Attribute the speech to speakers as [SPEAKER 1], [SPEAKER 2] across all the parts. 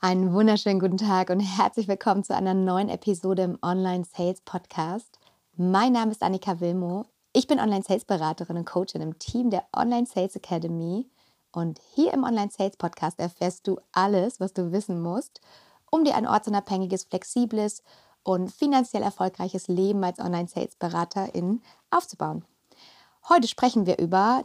[SPEAKER 1] Einen wunderschönen guten Tag und herzlich willkommen zu einer neuen Episode im Online Sales Podcast. Mein Name ist Annika Wilmo. Ich bin Online Sales Beraterin und Coachin im Team der Online Sales Academy. Und hier im Online Sales Podcast erfährst du alles, was du wissen musst, um dir ein ortsunabhängiges, flexibles und finanziell erfolgreiches Leben als Online Sales Beraterin aufzubauen. Heute sprechen wir über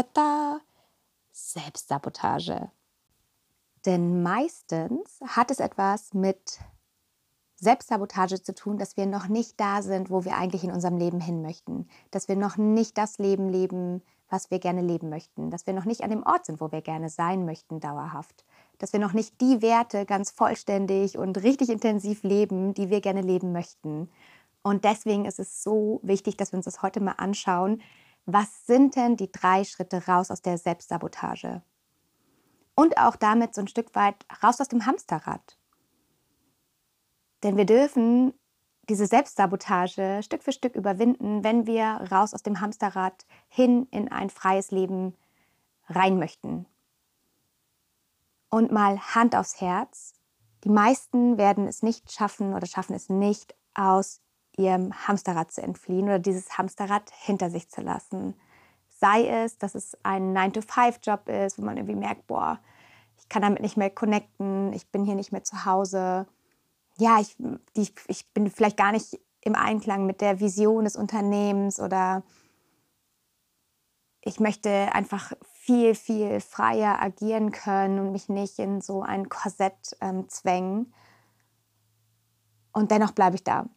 [SPEAKER 1] Selbstsabotage. Denn meistens hat es etwas mit Selbstsabotage zu tun, dass wir noch nicht da sind, wo wir eigentlich in unserem Leben hin möchten. Dass wir noch nicht das Leben leben, was wir gerne leben möchten. Dass wir noch nicht an dem Ort sind, wo wir gerne sein möchten, dauerhaft. Dass wir noch nicht die Werte ganz vollständig und richtig intensiv leben, die wir gerne leben möchten. Und deswegen ist es so wichtig, dass wir uns das heute mal anschauen. Was sind denn die 3 Schritte raus aus der Selbstsabotage? Und auch damit so ein Stück weit raus aus dem Hamsterrad. Denn wir dürfen diese Selbstsabotage Stück für Stück überwinden, wenn wir raus aus dem Hamsterrad hin in ein freies Leben rein möchten. Und mal Hand aufs Herz, die meisten werden es nicht schaffen oder schaffen es nicht, aus ihrem Hamsterrad zu entfliehen oder dieses Hamsterrad hinter sich zu lassen. Sei es, dass es ein 9-to-5-Job ist, wo man irgendwie merkt, boah, ich kann damit nicht mehr connecten, ich bin hier nicht mehr zu Hause. Ja, ich bin vielleicht gar nicht im Einklang mit der Vision des Unternehmens oder ich möchte einfach viel, viel freier agieren können und mich nicht in so ein Korsett zwängen. Und dennoch bleibe ich da.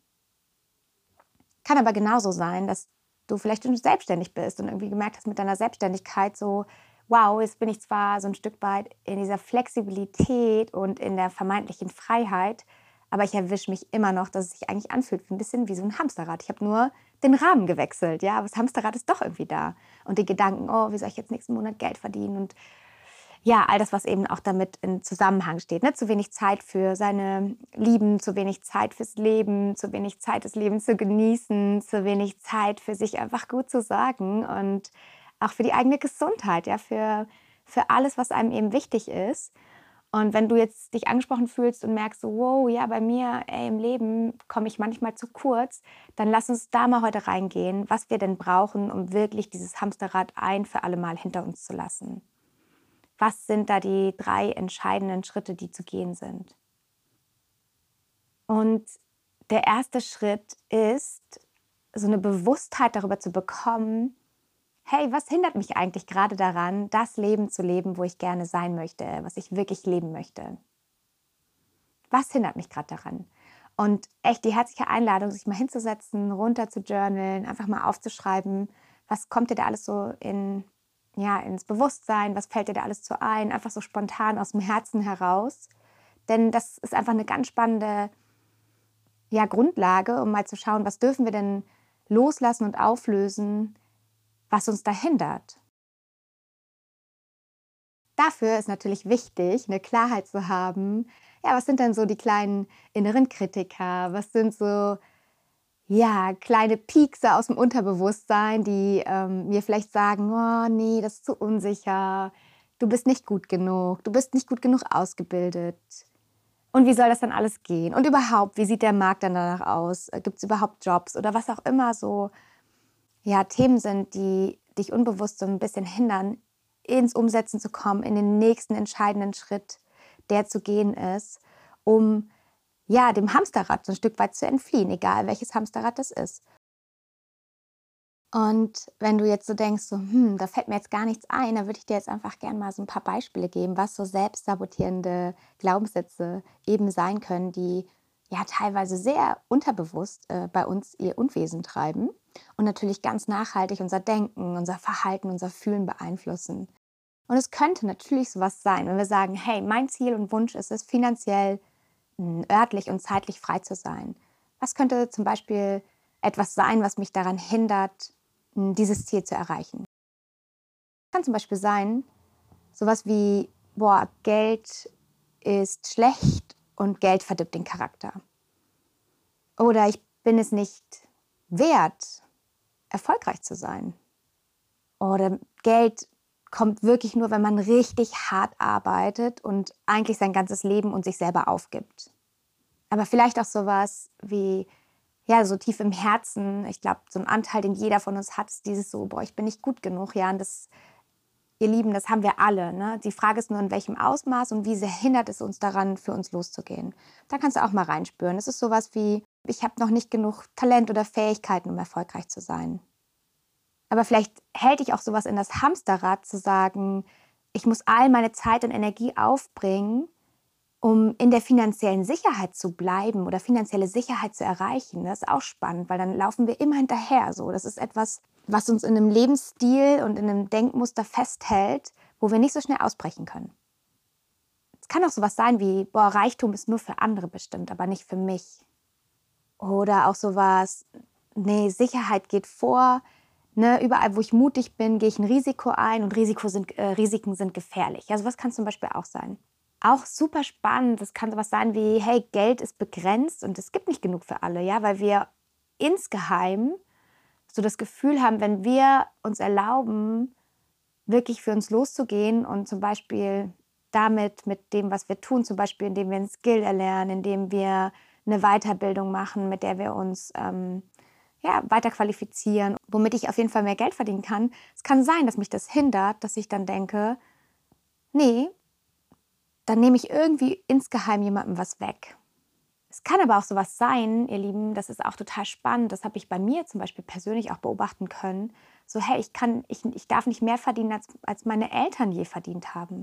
[SPEAKER 1] Kann aber genauso sein, dass du vielleicht schon selbstständig bist und irgendwie gemerkt hast mit deiner Selbstständigkeit so, wow, jetzt bin ich zwar so ein Stück weit in dieser Flexibilität und in der vermeintlichen Freiheit, aber ich erwische mich immer noch, dass es sich eigentlich anfühlt wie ein bisschen wie so ein Hamsterrad. Ich habe nur den Rahmen gewechselt, ja, aber das Hamsterrad ist doch irgendwie da. Und die Gedanken, oh, wie soll ich jetzt nächsten Monat Geld verdienen und ja, all das, was eben auch damit in Zusammenhang steht. Ne? Zu wenig Zeit für seine Lieben, zu wenig Zeit fürs Leben, zu wenig Zeit, das Leben zu genießen, zu wenig Zeit für sich einfach gut zu sorgen und auch für die eigene Gesundheit, ja, für alles, was einem eben wichtig ist. Und wenn du jetzt dich angesprochen fühlst und merkst, so, wow, ja, bei mir im Leben komme ich manchmal zu kurz, dann lass uns da mal heute reingehen, was wir denn brauchen, um wirklich dieses Hamsterrad ein für alle Mal hinter uns zu lassen. Was sind da die 3 entscheidenden Schritte, die zu gehen sind? Und der erste Schritt ist, so eine Bewusstheit darüber zu bekommen, hey, was hindert mich eigentlich gerade daran, das Leben zu leben, wo ich gerne sein möchte, was ich wirklich leben möchte? Was hindert mich gerade daran? Und echt die herzliche Einladung, sich mal hinzusetzen, runter zu journalen, einfach mal aufzuschreiben, was kommt dir da alles so ins Bewusstsein, was fällt dir da alles so ein, einfach so spontan aus dem Herzen heraus. Denn das ist einfach eine ganz spannende Grundlage, um mal zu schauen, was dürfen wir denn loslassen und auflösen, was uns da hindert. Dafür ist natürlich wichtig, eine Klarheit zu haben, ja, was sind denn so die kleinen inneren Kritiker, was sind so kleine Piekse aus dem Unterbewusstsein, die mir vielleicht sagen, oh nee, das ist zu unsicher, du bist nicht gut genug, du bist nicht gut genug ausgebildet. Und wie soll das dann alles gehen? Und überhaupt, wie sieht der Markt dann danach aus? Gibt es überhaupt Jobs oder was auch immer so Themen sind, die dich unbewusst so ein bisschen hindern, ins Umsetzen zu kommen, in den nächsten entscheidenden Schritt, der zu gehen ist, um dem Hamsterrad so ein Stück weit zu entfliehen, egal welches Hamsterrad das ist. Und wenn du jetzt so denkst, so, da fällt mir jetzt gar nichts ein, dann würde ich dir jetzt einfach gerne mal so ein paar Beispiele geben, was so selbstsabotierende Glaubenssätze eben sein können, die ja teilweise sehr unterbewusst bei uns ihr Unwesen treiben und natürlich ganz nachhaltig unser Denken, unser Verhalten, unser Fühlen beeinflussen. Und es könnte natürlich sowas sein, wenn wir sagen, hey, mein Ziel und Wunsch ist es, finanziell, örtlich und zeitlich frei zu sein. Was könnte zum Beispiel etwas sein, was mich daran hindert, dieses Ziel zu erreichen? Kann zum Beispiel sein, sowas wie, boah, Geld ist schlecht und Geld verdirbt den Charakter. Oder ich bin es nicht wert, erfolgreich zu sein. Oder Geld kommt wirklich nur, wenn man richtig hart arbeitet und eigentlich sein ganzes Leben und sich selber aufgibt. Aber vielleicht auch sowas wie, ja, so tief im Herzen, ich glaube, so ein Anteil, den jeder von uns hat, ist dieses so: „Boah, ich bin nicht gut genug“, ja, und das, ihr Lieben, das haben wir alle, ne? Die Frage ist nur, in welchem Ausmaß und wie sehr hindert es uns daran, für uns loszugehen. Da kannst du auch mal reinspüren. Es ist sowas wie: „Ich habe noch nicht genug Talent oder Fähigkeiten, um erfolgreich zu sein.“ Aber vielleicht hält dich auch sowas in das Hamsterrad zu sagen: „Ich muss all meine Zeit und Energie aufbringen, um in der finanziellen Sicherheit zu bleiben oder finanzielle Sicherheit zu erreichen.“ Das ist auch spannend, weil dann laufen wir immer hinterher so. Das ist etwas, was uns in einem Lebensstil und in einem Denkmuster festhält, wo wir nicht so schnell ausbrechen können. Es kann auch sowas sein wie: „Boah, Reichtum ist nur für andere bestimmt, aber nicht für mich.“ Oder auch sowas: „Nee, Sicherheit geht vor. Ne, überall, wo ich mutig bin, gehe ich ein Risiko ein und Risiken sind gefährlich.“ Also, was kann zum Beispiel auch sein. Auch super spannend, das kann so was sein wie: „Hey, Geld ist begrenzt und es gibt nicht genug für alle“, ja, weil wir insgeheim so das Gefühl haben, wenn wir uns erlauben, wirklich für uns loszugehen und zum Beispiel damit mit dem, was wir tun, zum Beispiel indem wir 'n Skill erlernen, indem wir eine Weiterbildung machen, mit der wir uns, ja, weiter qualifizieren, womit ich auf jeden Fall mehr Geld verdienen kann. Es kann sein, dass mich das hindert, dass ich dann denke: „Nee, dann nehme ich irgendwie insgeheim jemandem was weg.“ Es kann aber auch so was sein, ihr Lieben, das ist auch total spannend, das habe ich bei mir zum Beispiel persönlich auch beobachten können, so: „Hey, ich darf nicht mehr verdienen, als meine Eltern je verdient haben.“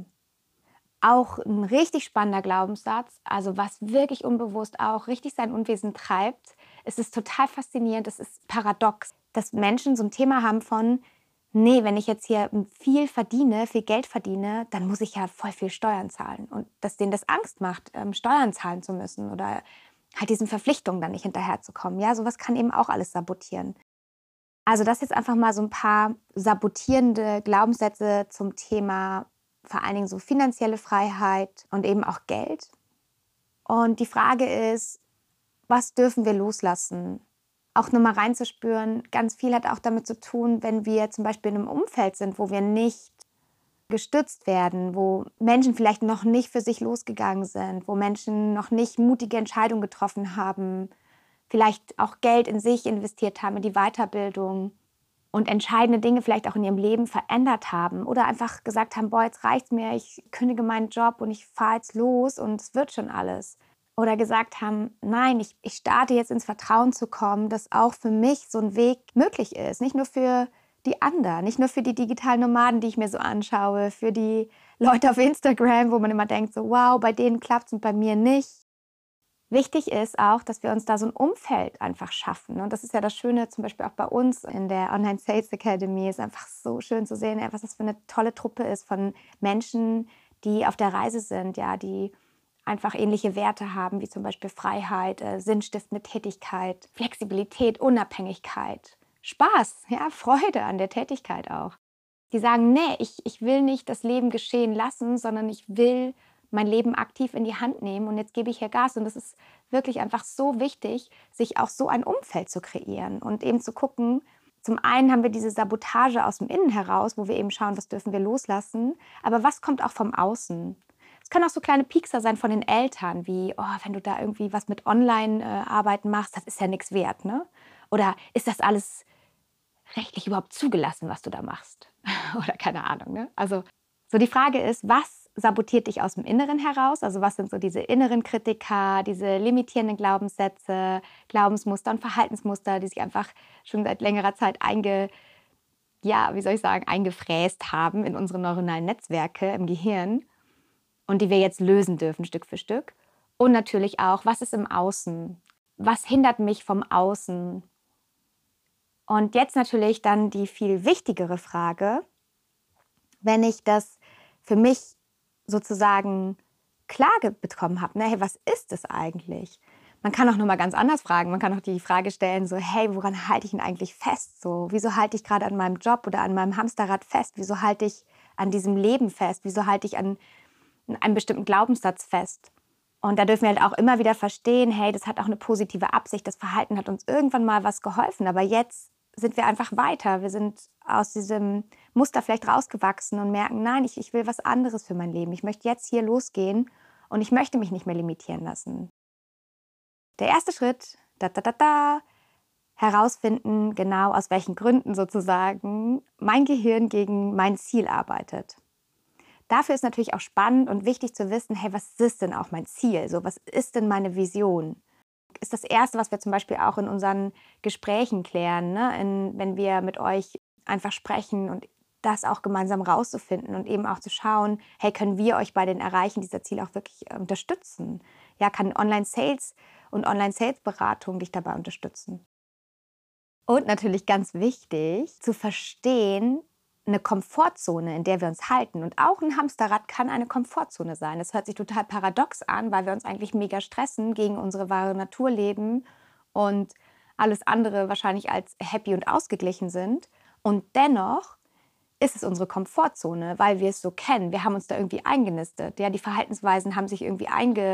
[SPEAKER 1] Auch ein richtig spannender Glaubenssatz, also was wirklich unbewusst auch richtig sein Unwesen treibt. Es ist total faszinierend, es ist paradox, dass Menschen so ein Thema haben von: „Nee, wenn ich jetzt hier, viel verdiene, viel Geld verdiene, dann muss ich ja voll viel Steuern zahlen.“ Und dass denen das Angst macht, Steuern zahlen zu müssen oder halt diesen Verpflichtungen dann nicht hinterherzukommen. Ja, sowas kann eben auch alles sabotieren. Also, das jetzt einfach mal so ein paar sabotierende Glaubenssätze zum Thema vor allen Dingen so finanzielle Freiheit und eben auch Geld. Und die Frage ist: Was dürfen wir loslassen? Auch noch mal reinzuspüren, ganz viel hat auch damit zu tun, wenn wir zum Beispiel in einem Umfeld sind, wo wir nicht gestützt werden, wo Menschen vielleicht noch nicht für sich losgegangen sind, wo Menschen noch nicht mutige Entscheidungen getroffen haben, vielleicht auch Geld in sich investiert haben, in die Weiterbildung und entscheidende Dinge vielleicht auch in ihrem Leben verändert haben oder einfach gesagt haben: „Boah, jetzt reicht's mir, ich kündige meinen Job und ich fahre jetzt los und es wird schon alles.“ Oder gesagt haben: „Nein, ich starte jetzt ins Vertrauen zu kommen, dass auch für mich so ein Weg möglich ist.“ Nicht nur für die anderen, nicht nur für die digitalen Nomaden, die ich mir so anschaue, für die Leute auf Instagram, wo man immer denkt so: „Wow, bei denen klappt's und bei mir nicht.“ Wichtig ist auch, dass wir uns da so 'n Umfeld einfach schaffen, ne? Und das ist ja das Schöne zum Beispiel auch bei uns in der Online Sales Academy. Ist einfach so schön zu sehen, was das für 'ne tolle Truppe ist von Menschen, die auf der Reise sind, ja, die einfach ähnliche Werte haben, wie zum Beispiel Freiheit, sinnstiftende Tätigkeit, Flexibilität, Unabhängigkeit, Spaß, ja, Freude an der Tätigkeit auch. Die sagen: „Ne, ich will nicht das Leben geschehen lassen, sondern ich will mein Leben aktiv in die Hand nehmen und jetzt gebe ich hier Gas.“ Und das ist wirklich einfach so wichtig, sich auch so ein Umfeld zu kreieren und eben zu gucken, zum einen haben wir diese Sabotage aus dem Innen heraus, wo wir eben schauen, was dürfen wir loslassen, aber was kommt auch vom Außen? Es können auch so kleine Piekser sein von den Eltern, wie: „Oh, wenn du da irgendwie was mit Online, Arbeiten machst, das ist ja nix wert“, ne? Oder: „Ist das alles rechtlich überhaupt zugelassen, was du da machst?“ Oder keine Ahnung, ne? Also, so die Frage ist, was sabotiert dich aus dem Inneren heraus? Also, was sind so diese inneren Kritiker, diese limitierenden Glaubenssätze, Glaubensmuster und Verhaltensmuster, die sich einfach schon seit längerer Zeit ja, wie soll ich sagen, eingefräst haben in unsere neuronalen Netzwerke im Gehirn und die wir jetzt lösen dürfen Stück für Stück. Und natürlich auch, was ist im Außen? Was hindert mich vom Außen? Und jetzt natürlich dann die viel wichtigere Frage: Wenn ich das für mich sozusagen klar bekommen habe, ne, hey, was ist es eigentlich? Man kann auch noch mal ganz anders fragen. Man kann auch die Frage stellen, so: Hey, woran halte ich denn eigentlich fest? So, wieso halte ich gerade an meinem Job oder an meinem Hamsterrad fest? Wieso halte ich an diesem Leben fest? Wieso halte ich an einem bestimmten Glaubenssatz fest? Und da dürfen wir halt auch immer wieder verstehen, hey, das hat auch eine positive Absicht. Das Verhalten hat uns irgendwann mal was geholfen, aber jetzt sind wir einfach weiter. Wir sind aus diesem Muster vielleicht rausgewachsen und merken, nein, ich will was anderes für mein Leben. Ich möchte jetzt hier losgehen und ich möchte mich nicht mehr limitieren lassen. Der erste Schritt, herausfinden, genau aus welchen Gründen sozusagen mein Gehirn gegen mein Ziel arbeitet. Dafür ist natürlich auch spannend und wichtig zu wissen, hey, was ist denn auch mein Ziel? So, was ist denn meine Vision? Ist das Erste, was wir zum Beispiel auch in unseren Gesprächen klären, ne? Wenn wir mit euch einfach sprechen und das auch gemeinsam rauszufinden und eben auch zu schauen, hey, können wir euch bei den Erreichen dieser Ziele auch wirklich unterstützen? Ja, kann Online-Sales und Online-Sales-Beratung dich dabei unterstützen? Und natürlich ganz wichtig, zu verstehen, eine Komfortzone, in der wir uns halten. Und auch ein Hamsterrad kann eine Komfortzone sein. Das hört sich total paradox an, weil wir uns eigentlich mega stressen, gegen unsere wahre Natur leben und alles andere wahrscheinlich als happy und ausgeglichen sind. Und dennoch ist es unsere Komfortzone, weil wir es so kennen. Wir haben uns da irgendwie eingenistet. Ja, die Verhaltensweisen haben sich irgendwie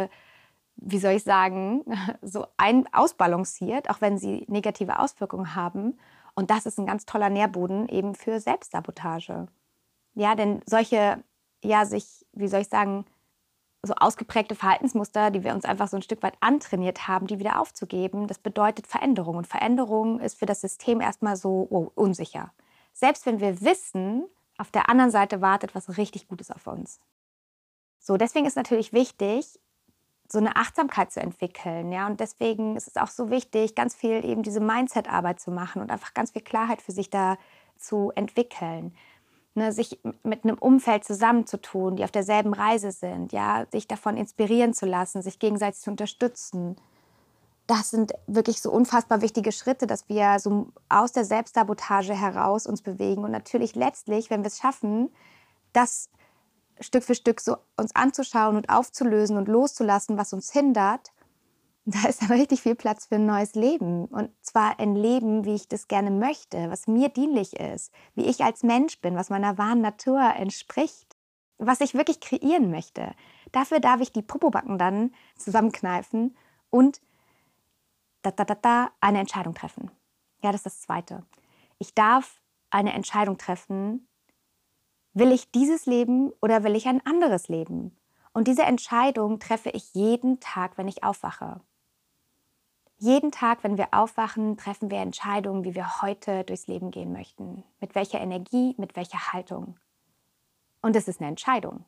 [SPEAKER 1] wie soll ich sagen, ausbalanciert, auch wenn sie negative Auswirkungen haben. Und das ist ein ganz toller Nährboden eben für Selbstsabotage. Ja, denn solche, ja, wie soll ich sagen, so ausgeprägte Verhaltensmuster, die wir uns einfach so ein Stück weit antrainiert haben, die wieder aufzugeben, das bedeutet Veränderung. Und Veränderung ist für das System erstmal so unsicher. Selbst wenn wir wissen, auf der anderen Seite wartet was richtig Gutes auf uns. So, deswegen ist natürlich wichtig, so eine Achtsamkeit zu entwickeln. Ja? Und deswegen ist es auch so wichtig, ganz viel eben diese Mindset-Arbeit zu machen und einfach ganz viel Klarheit für sich da zu entwickeln. Ne, sich mit einem Umfeld zusammenzutun, die auf derselben Reise sind, ja? Sich davon inspirieren zu lassen, sich gegenseitig zu unterstützen. Das sind wirklich so unfassbar wichtige Schritte, dass wir so aus der Selbstsabotage heraus uns bewegen. Und natürlich letztlich, wenn wir es schaffen, das Stück für Stück so uns anzuschauen und aufzulösen und loszulassen, was uns hindert, da ist dann richtig viel Platz für ein neues Leben. Und zwar ein Leben, wie ich das gerne möchte, was mir dienlich ist, wie ich als Mensch bin, was meiner wahren Natur entspricht, was ich wirklich kreieren möchte. Dafür darf ich die Popobacken dann zusammenkneifen und eine Entscheidung treffen. Ja, das ist das Zweite. Ich darf eine Entscheidung treffen. Will ich dieses Leben oder will ich ein anderes Leben? Und diese Entscheidung treffe ich jeden Tag, wenn ich aufwache. Jeden Tag, wenn wir aufwachen, treffen wir Entscheidungen, wie wir heute durchs Leben gehen möchten. Mit welcher Energie, mit welcher Haltung. Und es ist eine Entscheidung.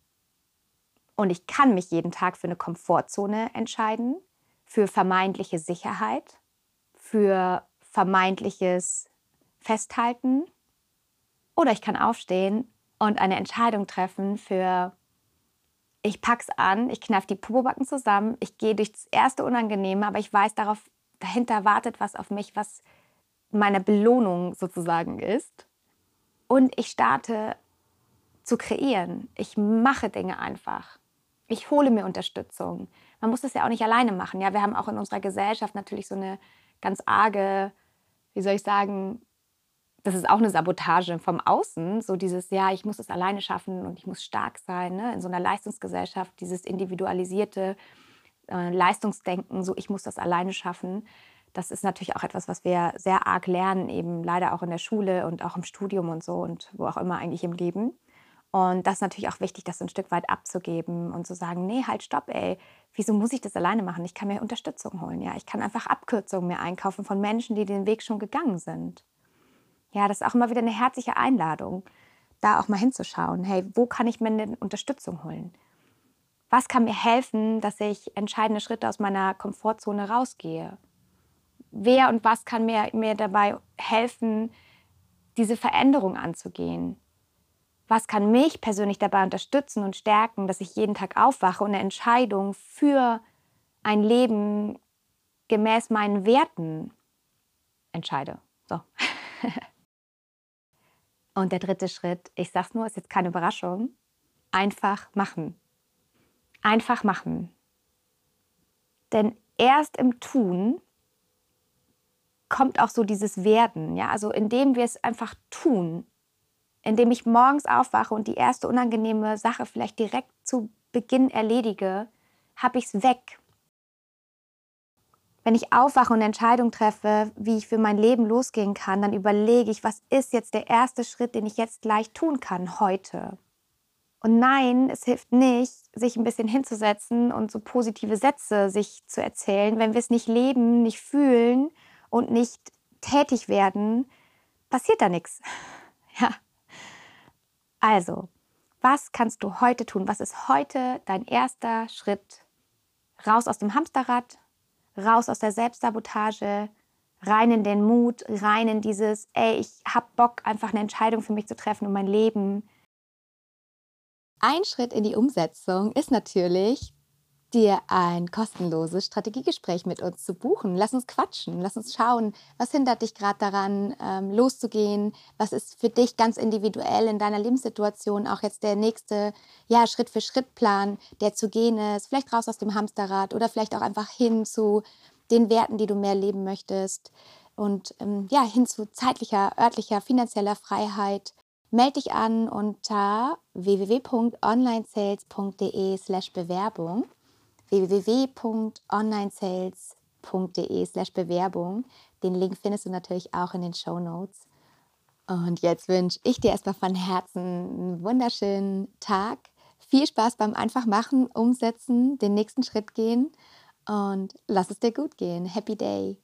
[SPEAKER 1] Und ich kann mich jeden Tag für eine Komfortzone entscheiden, für vermeintliche Sicherheit, für vermeintliches Festhalten. Oder ich kann aufstehen und eine Entscheidung treffen für, ich pack's an, ich kneife die Popobacken zusammen, ich gehe durch das erste Unangenehme, aber ich weiß, dahinter wartet was auf mich, was meine Belohnung sozusagen ist. Und ich starte zu kreieren. Ich mache Dinge einfach. Ich hole mir Unterstützung. Man muss das ja auch nicht alleine machen. Ja, wir haben auch in unserer Gesellschaft natürlich so eine ganz arge, wie soll ich sagen, das ist auch eine Sabotage vom Außen, so dieses, ja, ich muss es alleine schaffen und ich muss stark sein, ne? In so einer Leistungsgesellschaft, dieses individualisierte Leistungsdenken, so ich muss das alleine schaffen. Das ist natürlich auch etwas, was wir sehr arg lernen, eben leider auch in der Schule und auch im Studium und so und wo auch immer eigentlich im Leben. Und das ist natürlich auch wichtig, das so ein Stück weit abzugeben und zu sagen, nee, halt, stopp, ey, wieso muss ich das alleine machen? Ich kann mir Unterstützung holen, ja. Ich kann einfach Abkürzungen mir einkaufen von Menschen, die den Weg schon gegangen sind. Ja, das ist auch immer wieder eine herzliche Einladung, da auch mal hinzuschauen. Hey, wo kann ich mir eine Unterstützung holen? Was kann mir helfen, dass ich entscheidende Schritte aus meiner Komfortzone rausgehe? Wer und was kann mir dabei helfen, diese Veränderung anzugehen? Was kann mich persönlich dabei unterstützen und stärken, dass ich jeden Tag aufwache und eine Entscheidung für ein Leben gemäß meinen Werten entscheide? So. Und der dritte Schritt, ich sag's nur, ist jetzt keine Überraschung, einfach machen. Einfach machen. Denn erst im Tun kommt auch so dieses Werden. Ja? Also indem wir es einfach tun, indem ich morgens aufwache und die erste unangenehme Sache vielleicht direkt zu Beginn erledige, habe ich es weg. Wenn ich aufwache und eine Entscheidung treffe, wie ich für mein Leben losgehen kann, dann überlege ich, was ist jetzt der erste Schritt, den ich jetzt gleich tun kann heute? Und nein, es hilft nicht, sich ein bisschen hinzusetzen und so positive Sätze sich zu erzählen. Wenn wir es nicht leben, nicht fühlen und nicht tätig werden, passiert da nichts. Ja, also, was kannst du heute tun? Was ist heute dein erster Schritt raus aus dem Hamsterrad, raus aus der Selbstsabotage, rein in den Mut, rein in dieses: „Ey, ich habe Bock, einfach eine Entscheidung für mich zu treffen und mein Leben“. Ein Schritt in die Umsetzung ist natürlich, dir ein kostenloses Strategiegespräch mit uns zu buchen. Lass uns quatschen, lass uns schauen, was hindert dich gerade daran, loszugehen? Was ist für dich ganz individuell in deiner Lebenssituation auch jetzt der nächste, ja, Schritt-für-Schritt-Plan, der zu gehen ist? Vielleicht raus aus dem Hamsterrad oder vielleicht auch einfach hin zu den Werten, die du mehr leben möchtest und ja, hin zu zeitlicher, örtlicher, finanzieller Freiheit. Melde dich an unter www.onlinesales.de/Bewerbung www.onlinesales.de/Bewerbung. Den Link findest du natürlich auch in den Shownotes. Und jetzt wünsche ich dir erstmal von Herzen einen wunderschönen Tag. Viel Spaß beim einfach machen, umsetzen, den nächsten Schritt gehen und lass es dir gut gehen. Happy Day!